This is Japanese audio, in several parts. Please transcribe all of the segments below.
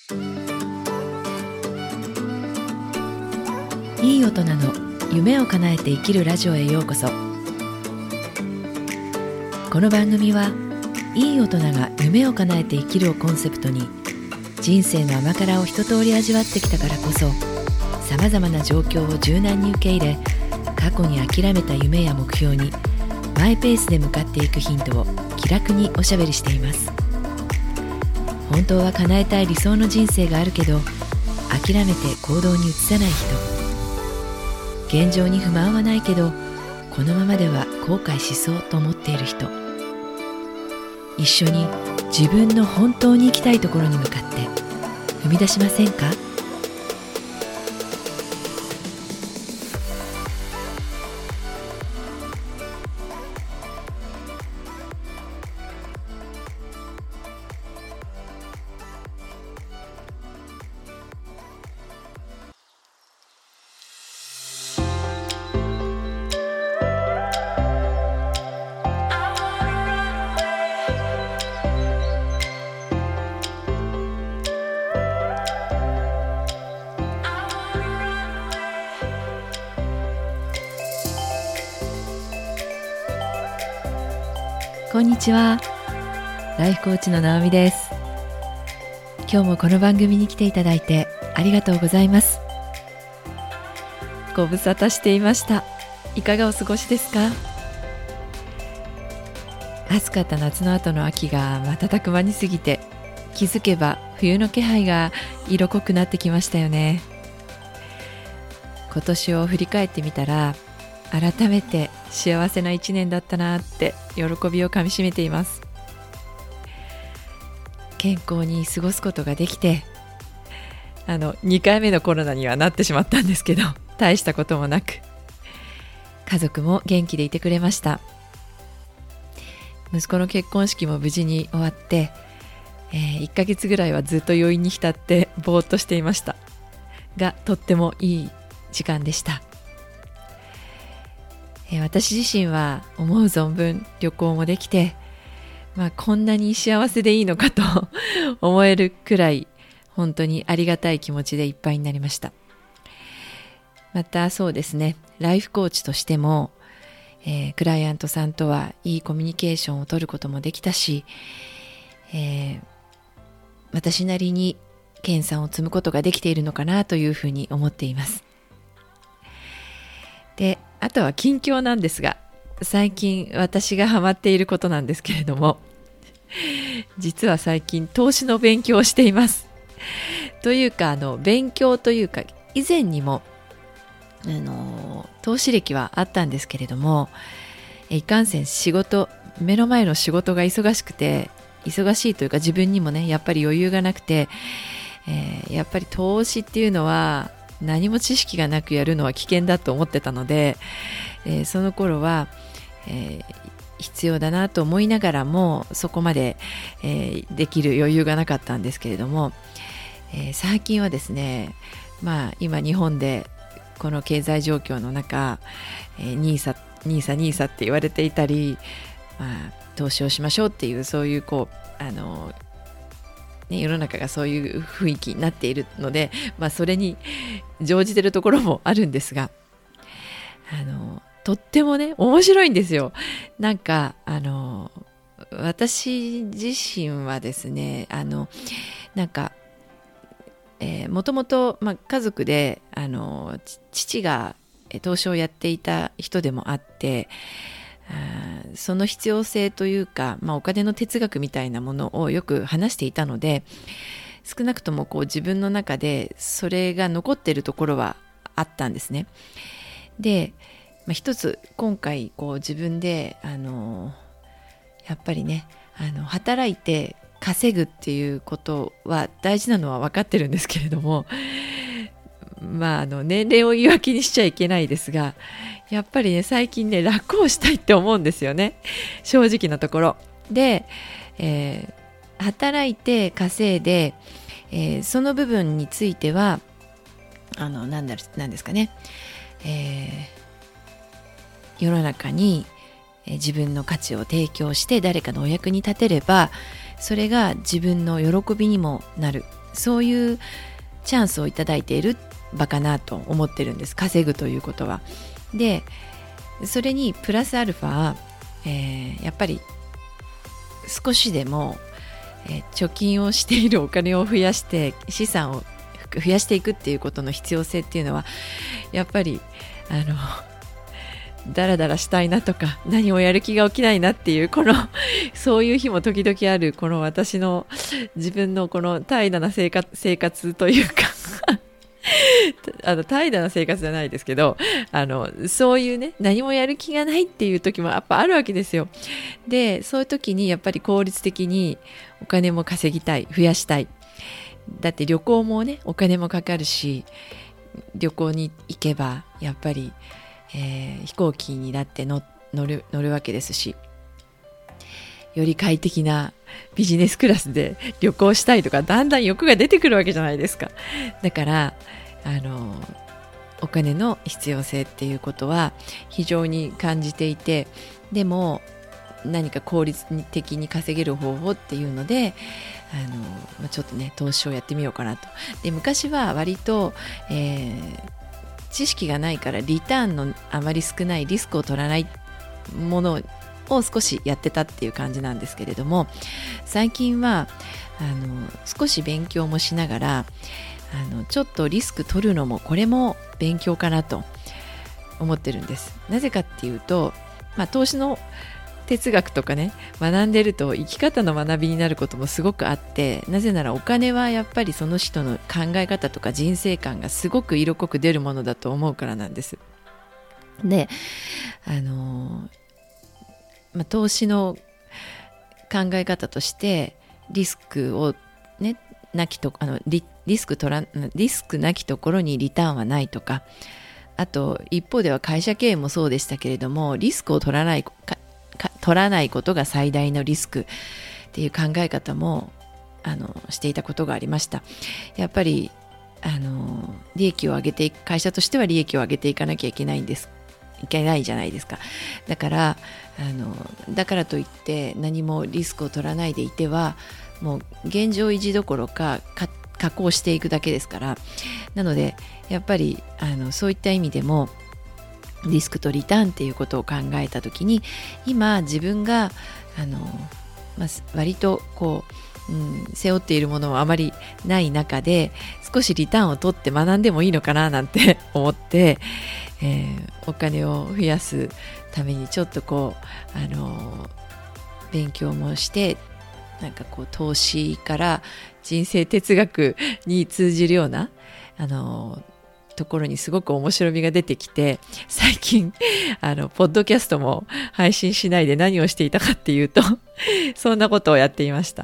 いい大人の夢を叶えて生きるラジオへようこそ。この番組はいい大人が夢を叶えて生きるをコンセプトに、人生の甘辛を一通り味わってきたからこそ、さまざまな状況を柔軟に受け入れ、過去に諦めた夢や目標にマイペースで向かっていくヒントを気楽におしゃべりしています。本当は叶えたい理想の人生があるけど、諦めて行動に移さない人、現状に不満はないけどこのままでは後悔しそうと思っている人、一緒に自分の本当に行きたいところに向かって踏み出しませんか？こんにちは。ライフコーチのなおみです。今日もこの番組に来ていただいてありがとうございます。ご無沙汰していました。いかがお過ごしですか？暑かった夏の後の秋が瞬く間に過ぎて、気づけば冬の気配が色濃くなってきましたよね。今年を振り返ってみたら、改めて幸せな一年だったなって喜びをかみしめています。健康に過ごすことができて、2回目のコロナにはなってしまったんですけど、大したこともなく、家族も元気でいてくれました。息子の結婚式も無事に終わって、1ヶ月ぐらいはずっと余韻に浸ってぼーっとしていましたが、とってもいい時間でした。私自身は思う存分旅行もできて、こんなに幸せでいいのかと思えるくらい、本当にありがたい気持ちでいっぱいになりました。またそうですね、ライフコーチとしても、クライアントさんとはいいコミュニケーションを取ることもできたし、私なりに研鑽を積むことができているのかなというふうに思っています。で、あとは近況なんですが、最近私がハマっていることなんですけれども、実は最近投資の勉強をしています。というか勉強というか、以前にも投資歴はあったんですけれども、いかんせん目の前の仕事が忙しくて、忙しいというか自分にもね、やっぱり余裕がなくて、やっぱり投資っていうのは何も知識がなくやるのは危険だと思ってたので、その頃は、必要だなと思いながらも、そこまで、できる余裕がなかったんですけれども、最近はですね、今日本でこの経済状況の中、NISA って言われていたり、投資をしましょうっていう、そういう世の中がそういう雰囲気になっているので、それに乗じてるところもあるんですが、とってもね、面白いんですよ。なんか私自身はですね、もともと家族で父が投資をやっていた人でもあって、その必要性というか、お金の哲学みたいなものをよく話していたので、少なくとも自分の中でそれが残っているところはあったんですね。で、一つ今回自分でやっぱりね、働いて稼ぐっていうことは大事なのは分かってるんですけれども、年齢を言い訳にしちゃいけないですが、やっぱりね、最近ね、楽をしたいって思うんですよね、正直なところで。働いて稼いで、その部分についてはなんですかね、世の中に自分の価値を提供して誰かのお役に立てれば、それが自分の喜びにもなる、 そういうチャンスをいただいている場かなと思ってるんです。稼ぐということは。でそれにプラスアルファ、やっぱり少しでも、貯金をしているお金を増やして資産を増やしていくっていうことの必要性っていうのはやっぱりだらだらしたいなとか何もやる気が起きないなっていうそういう日も時々あるこの私の自分のこの怠惰な生活というか怠惰な生活じゃないですけどそういうね何もやる気がないっていう時もやっぱあるわけですよ。でそういう時にやっぱり効率的にお金も稼ぎたい、増やしたい。だって旅行もねお金もかかるし、旅行に行けばやっぱり、飛行機になって乗るわけですし、より快適なビジネスクラスで旅行したいとかだんだん欲が出てくるわけじゃないですか。だからお金の必要性っていうことは非常に感じていて、でも何か効率的に稼げる方法っていうのでちょっとね投資をやってみようかなと。で昔は割と、知識がないからリターンのあまり少ないリスクを取らないものを少しやってたっていう感じなんですけれども、最近は少し勉強もしながらちょっとリスク取るのもこれも勉強かなと思ってるんです。なぜかっていうと、投資の哲学とかね学んでると生き方の学びになることもすごくあって、なぜならお金はやっぱりその人の考え方とか人生観がすごく色濃く出るものだと思うからなんです。で投資の考え方としてリスクをねなきとリスクなきところにリターンはないとか、あと一方では会社経営もそうでしたけれども、リスクを取らないことが最大のリスクっていう考え方もしていたことがありました。やっぱり利益を上げていく会社としては利益を上げていかなきゃいけないじゃないですか。だからといって何もリスクを取らないでいてはもう現状維持どころか加工していくだけですから。なのでやっぱりそういった意味でもリスクとリターンっていうことを考えたときに、今自分が割と背負っているものはあまりない中で少しリターンを取って学んでもいいのかななんて思って、お金を増やすためにちょっと勉強もして投資から人生哲学に通じるようなところにすごく面白みが出てきて、最近ポッドキャストも配信しないで何をしていたかっていうとそんなことをやっていました。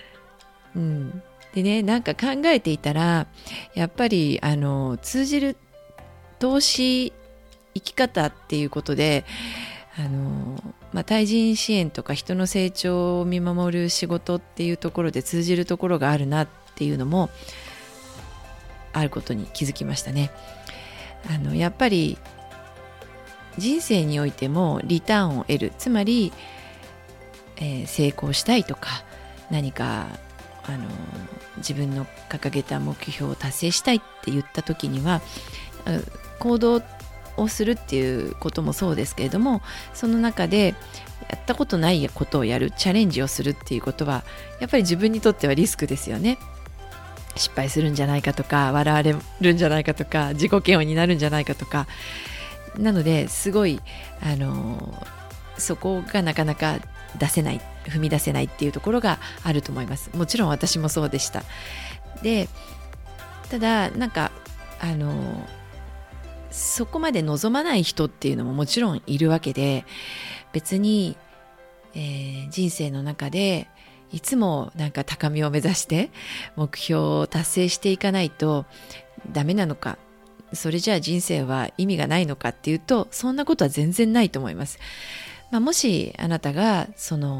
でね、考えていたらやっぱり通じる投資生き方っていうことで対人支援とか人の成長を見守る仕事っていうところで通じるところがあるなっていうのもあることに気づきましたね。やっぱり人生においてもリターンを得る、つまり、成功したいとか何か自分の掲げた目標を達成したいって言った時には行動をするっていうこともそうですけれども、その中でやったことないことをやる、チャレンジをするっていうことはやっぱり自分にとってはリスクですよね。失敗するんじゃないかとか、笑われるんじゃないかとか、自己嫌悪になるんじゃないかとか。なのですごいそこがなかなか踏み出せないっていうところがあると思います。もちろん私もそうでした。でただそこまで望まない人っていうのももちろんいるわけで、別に、人生の中でいつも高みを目指して目標を達成していかないとダメなのか、それじゃあ人生は意味がないのかっていうと、そんなことは全然ないと思います。もしあなたが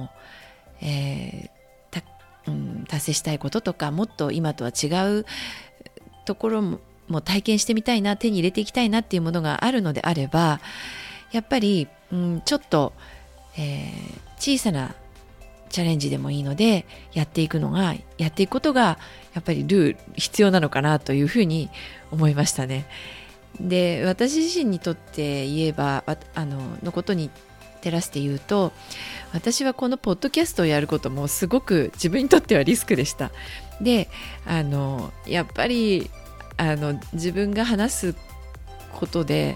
達成したいこととか、もっと今とは違うところも体験してみたいな、手に入れていきたいなっていうものがあるのであれば、やっぱり、ちょっと、小さなチャレンジでもいいのでやっていくことがやっぱり必要なのかなというふうに思いましたね。で、私自身にとって言えばのことに照らして言うと、私はこのポッドキャストをやることもすごく自分にとってはリスクでした。で、やっぱり自分が話すことで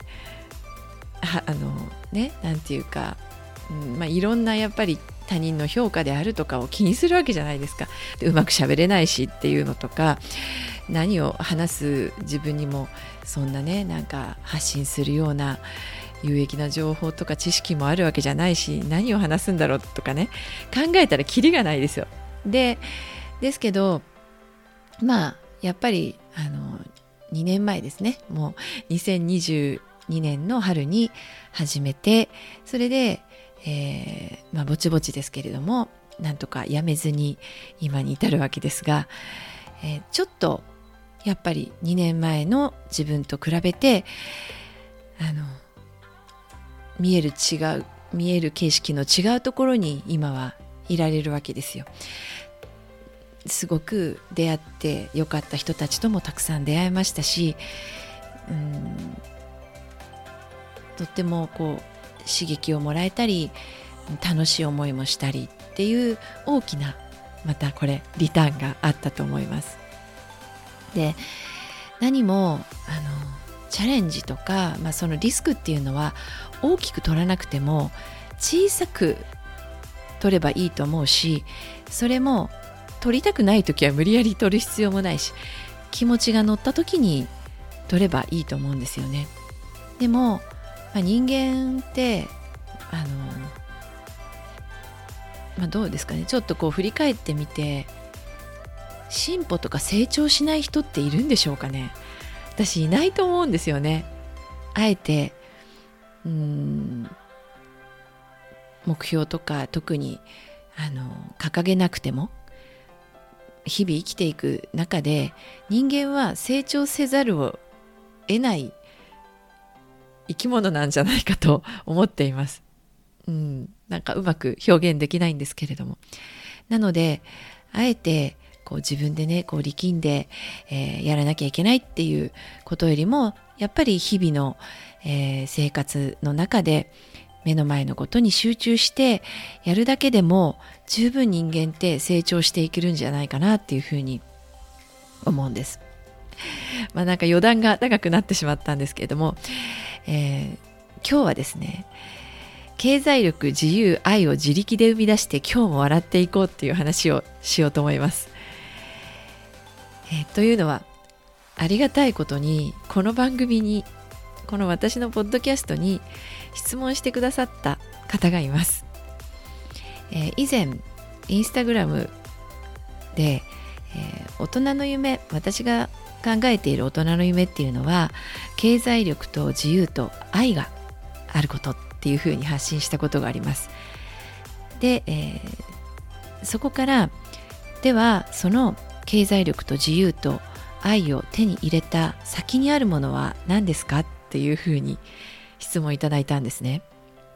なんていうか、いろんなやっぱり他人の評価であるとかを気にするわけじゃないですか。で、うまく喋れないしっていうのとか、何を話す自分にもそんなね、なんか発信するような有益な情報とか知識もあるわけじゃないし、何を話すんだろうとかね、考えたらキリがないですよ。ですけど、やっぱり2年前ですね、もう2022年の春に始めて、それで、ぼちぼちですけれどもなんとかやめずに今に至るわけですが、ちょっとやっぱり2年前の自分と比べて見える景色の違うところに今はいられるわけですよ。すごく出会ってよかった人たちともたくさん出会いましたし、とっても刺激をもらえたり楽しい思いもしたりっていう大きなまたこれリターンがあったと思います。で、何もチャレンジとか、そのリスクっていうのは大きく取らなくても小さく取ればいいと思うし、それも取りたくない時は無理やり取る必要もないし、気持ちが乗った時に取ればいいと思うんですよね。でも、人間ってどうですかね、ちょっと振り返ってみて進歩とか成長しない人っているんでしょうかね。私いないと思うんですよね。あえて目標とか特に掲げなくても日々生きていく中で人間は成長せざるを得ない生き物なんじゃないかと思っています。なんかうまく表現できないんですけれども、なのであえて自分でね力んで、やらなきゃいけないっていうことよりも、やっぱり日々の、生活の中で目の前のことに集中してやるだけでも十分人間って成長していけるんじゃないかなっていうふうに思うんです。なんか余談が長くなってしまったんですけれども、今日はですね、経済力、自由、愛を自力で生み出して今日も笑っていこうっていう話をしようと思います。というのは、ありがたいことにこの番組に、この私のポッドキャストに質問してくださった方がいます。以前インスタグラムで、大人の夢、私が考えている大人の夢っていうのは経済力と自由と愛があることっていうふうに発信したことがあります。で、そこからではその経済力と自由と愛を手に入れた先にあるものは何ですかっていうふうに質問いただいたんですね。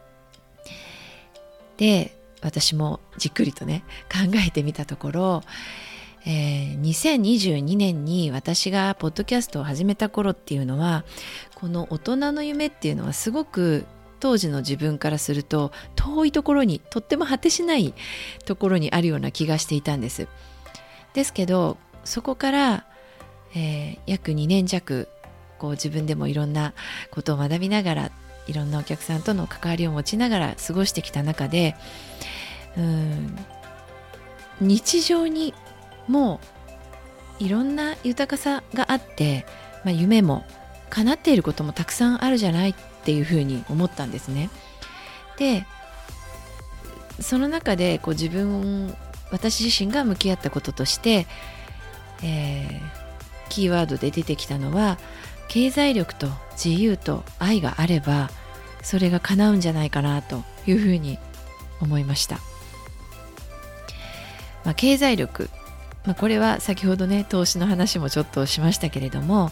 で、私もじっくりとね考えてみたところ、2022年に私がポッドキャストを始めた頃っていうのは、この大人の夢っていうのはすごく当時の自分からすると遠いところに、とっても果てしないところにあるような気がしていたんです。ですけどそこから、約2年弱自分でもいろんなことを学びながら、いろんなお客さんとの関わりを持ちながら過ごしてきた中で、日常にもういろんな豊かさがあって、夢も叶っていることもたくさんあるじゃないっていうふうに思ったんですね。で、その中で私自身が向き合ったこととして、キーワードで出てきたのは、経済力と自由と愛があればそれが叶うんじゃないかなというふうに思いました。経済力、これは先ほどね投資の話もちょっとしましたけれども、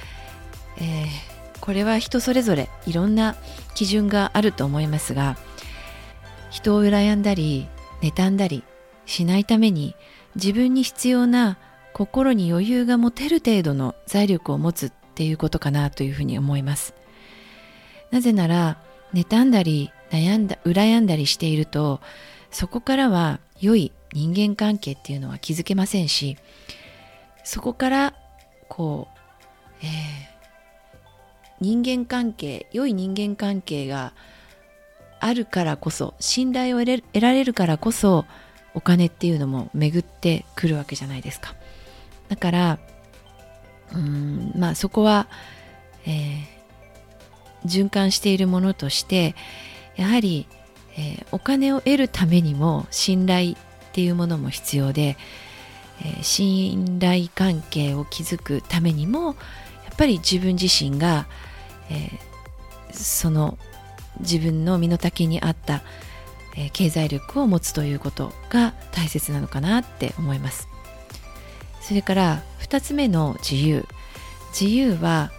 これは人それぞれいろんな基準があると思いますが、人を羨んだり妬んだりしないために自分に必要な心に余裕が持てる程度の財力を持つっていうことかなというふうに思います。なぜなら妬んだり羨んだりしていると、そこからは良い人間関係っていうのは築けませんし、そこから良い人間関係があるからこそ、信頼を得られるからこそ、お金っていうのも巡ってくるわけじゃないですか。だからそこは、循環しているものとして、やはり、お金を得るためにも信頼っていうものも必要で、信頼関係を築くためにもやっぱり自分自身が、その自分の身の丈に合った、経済力を持つということが大切なのかなって思います。それから2つ目の自由は、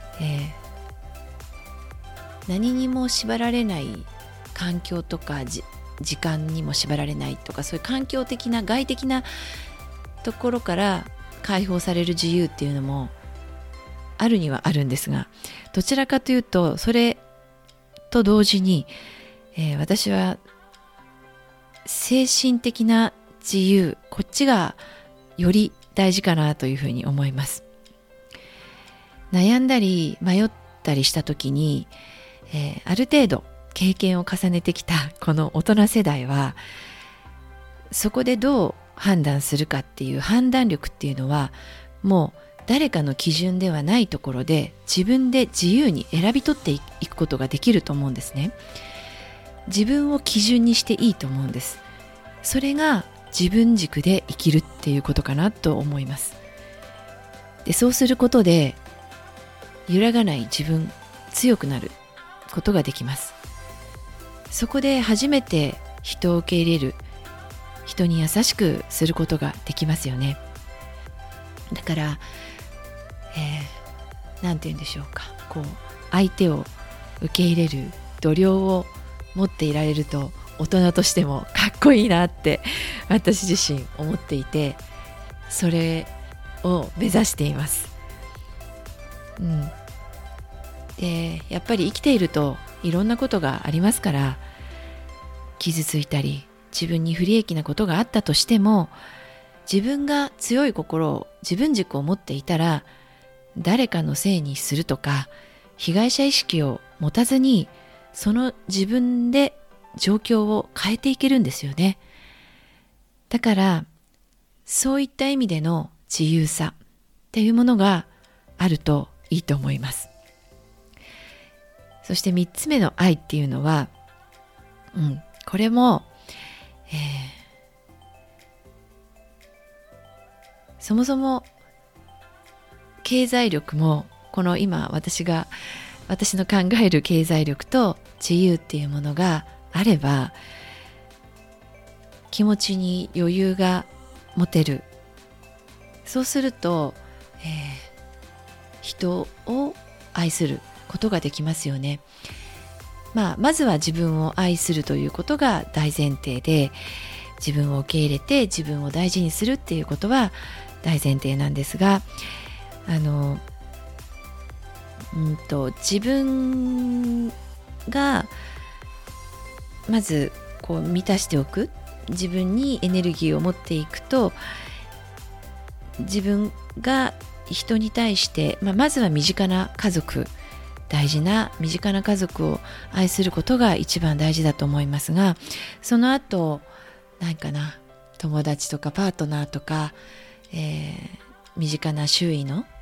何にも縛られない環境とか時間にも縛られないとか、そういう環境的な外的なところから解放される自由っていうのもあるにはあるんですが、どちらかというとそれと同時に、私は精神的な自由、こっちがより大事かなというふうに思います。悩んだり迷ったりした時に、ある程度経験を重ねてきたこの大人世代は、そこでどう判断するかっていう判断力っていうのは、もう誰かの基準ではないところで自分で自由に選び取っていくことができると思うんですね。自分を基準にしていいと思うんです。それが自分軸で生きるっていうことかなと思います。で、そうすることで揺らがない自分、強くなることができます。そこで初めて人を受け入れる、人に優しくすることができますよね。だから、なんて言うんでしょうか、相手を受け入れる度量を持っていられると、大人としてもかっこいいなって私自身思っていて、それを目指しています。で、やっぱり生きているといろんなことがありますから、傷ついたり自分に不利益なことがあったとしても、自分が強い心を、自分軸を持っていたら、誰かのせいにするとか被害者意識を持たずに、その自分で状況を変えていけるんですよね。だからそういった意味での自由さっていうものがあるといいと思います。そして3つ目の愛っていうのは、これも、そもそも経済力も、この今私の考える経済力と自由っていうものがあれば、気持ちに余裕が持てる。そうすると、人を愛することができますよね。まずは自分を愛するということが大前提で、自分を受け入れて自分を大事にするっていうことは大前提なんですが、自分がまず満たしておく、自分にエネルギーを持っていくと、自分が人に対して、まずは身近な家族、大事な身近な家族を愛することが一番大事だと思いますが、その後友達とかパートナーとか、身近な周囲の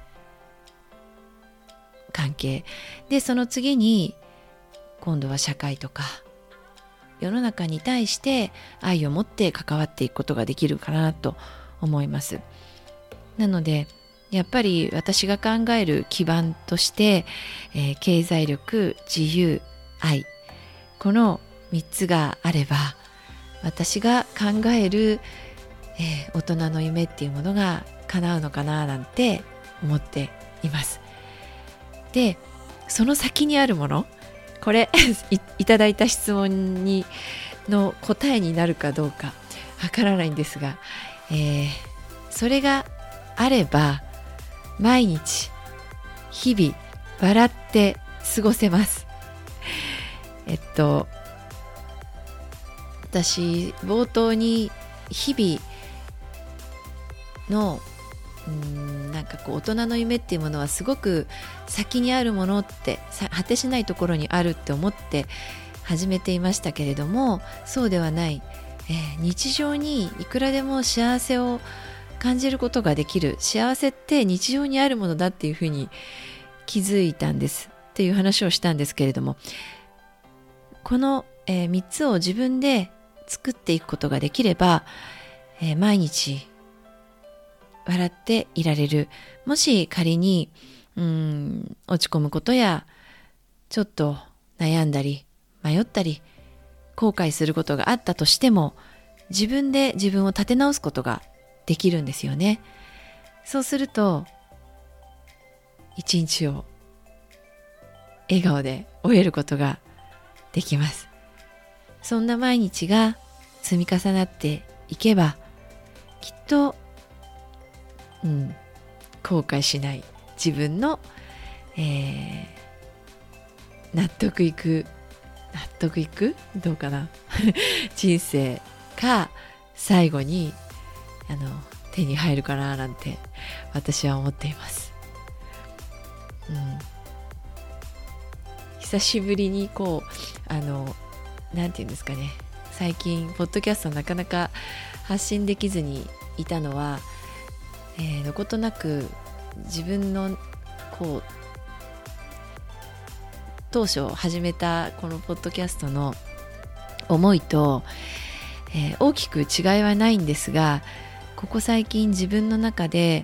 関係で、その次に今度は社会とか世の中に対して愛を持って関わっていくことができるかなと思います。なのでやっぱり私が考える基盤として、経済力、自由、愛、この3つがあれば、私が考える、大人の夢っていうものが叶うのかななんて思っています。で、その先にあるもの、これいただいた質問の答えになるかどうかわからないんですが、それがあれば毎日日々笑って過ごせます。私冒頭に日々のなんかこう大人の夢っていうものはすごく先にあるものって、果てしないところにあるって思って始めていましたけれども、そうではない、日常にいくらでも幸せを感じることができる、幸せって日常にあるものだっていうふうに気づいたんですっていう話をしたんですけれども、この、3つを自分で作っていくことができれば、毎日笑っていられる。もし仮に落ち込むことやちょっと悩んだり迷ったり後悔することがあったとしても、自分で自分を立て直すことができるんですよね。そうすると一日を笑顔で終えることができます。そんな毎日が積み重なっていけば、きっと後悔しない自分の、納得いくどうかな人生が最後に手に入るかななんて私は思っています。久しぶりにこうなんていうんですかね、最近ポッドキャストなかなか発信できずにいたのは、どことなく自分のこう当初始めたこのポッドキャストの思いと、大きく違いはないんですが、ここ最近自分の中で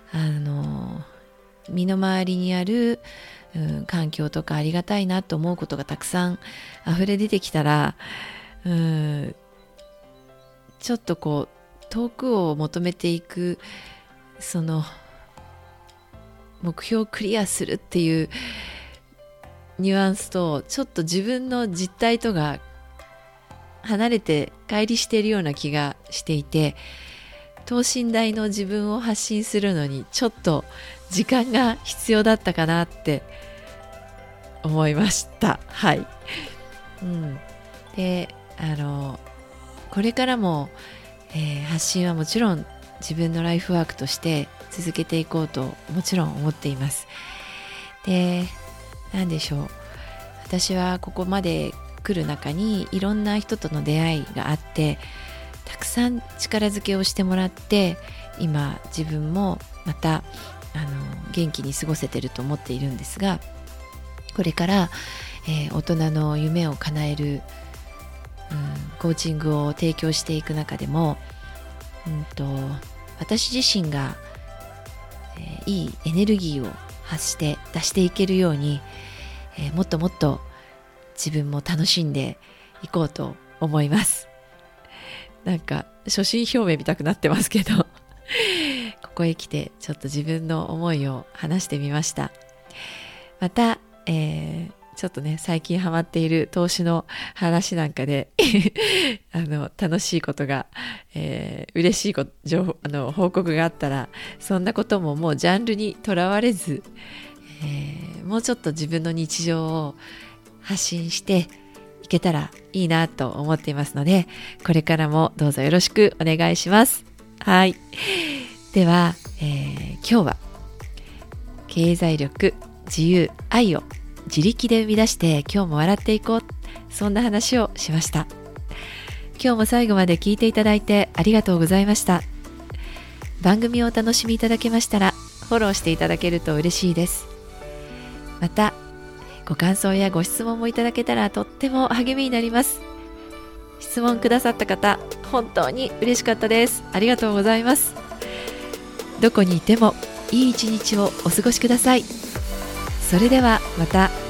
身の回りにある、環境とかありがたいなと思うことがたくさん溢れ出てきたら、ちょっとこう遠くを求めていくその目標をクリアするっていうニュアンスとちょっと自分の実態とが離れて乖離しているような気がしていて、等身大の自分を発信するのにちょっと時間が必要だったかなって思いました。はい。で、これからも、発信はもちろん自分のライフワークとして続けていこうともちろん思っています。で、なんでしょう、私はここまで来る中にいろんな人との出会いがあって、たくさん力づけをしてもらって、今自分もまた元気に過ごせてると思っているんですが、これから、大人の夢を叶える、コーチングを提供していく中でも、私自身が、いいエネルギーを発して出していけるように、もっともっと自分も楽しんでいこうと思います。なんか初心表明見たくなってますけどここへ来てちょっと自分の思いを話してみました。また、ちょっとね最近ハマっている投資の話なんかで楽しいことが、嬉しい報告があったら、そんなことももうジャンルにとらわれず、もうちょっと自分の日常を発信していけたらいいなと思っていますので、これからもどうぞよろしくお願いします。はい。では、今日は経済力、自由、愛を自力で生み出して今日も笑っていこう、そんな話をしました。今日も最後まで聞いていただいてありがとうございました。番組をお楽しみいただけましたらフォローしていただけると嬉しいです。またご感想やご質問もいただけたらとっても励みになります。質問くださった方、本当に嬉しかったです。ありがとうございます。どこにいてもいい一日をお過ごしください。それではまた。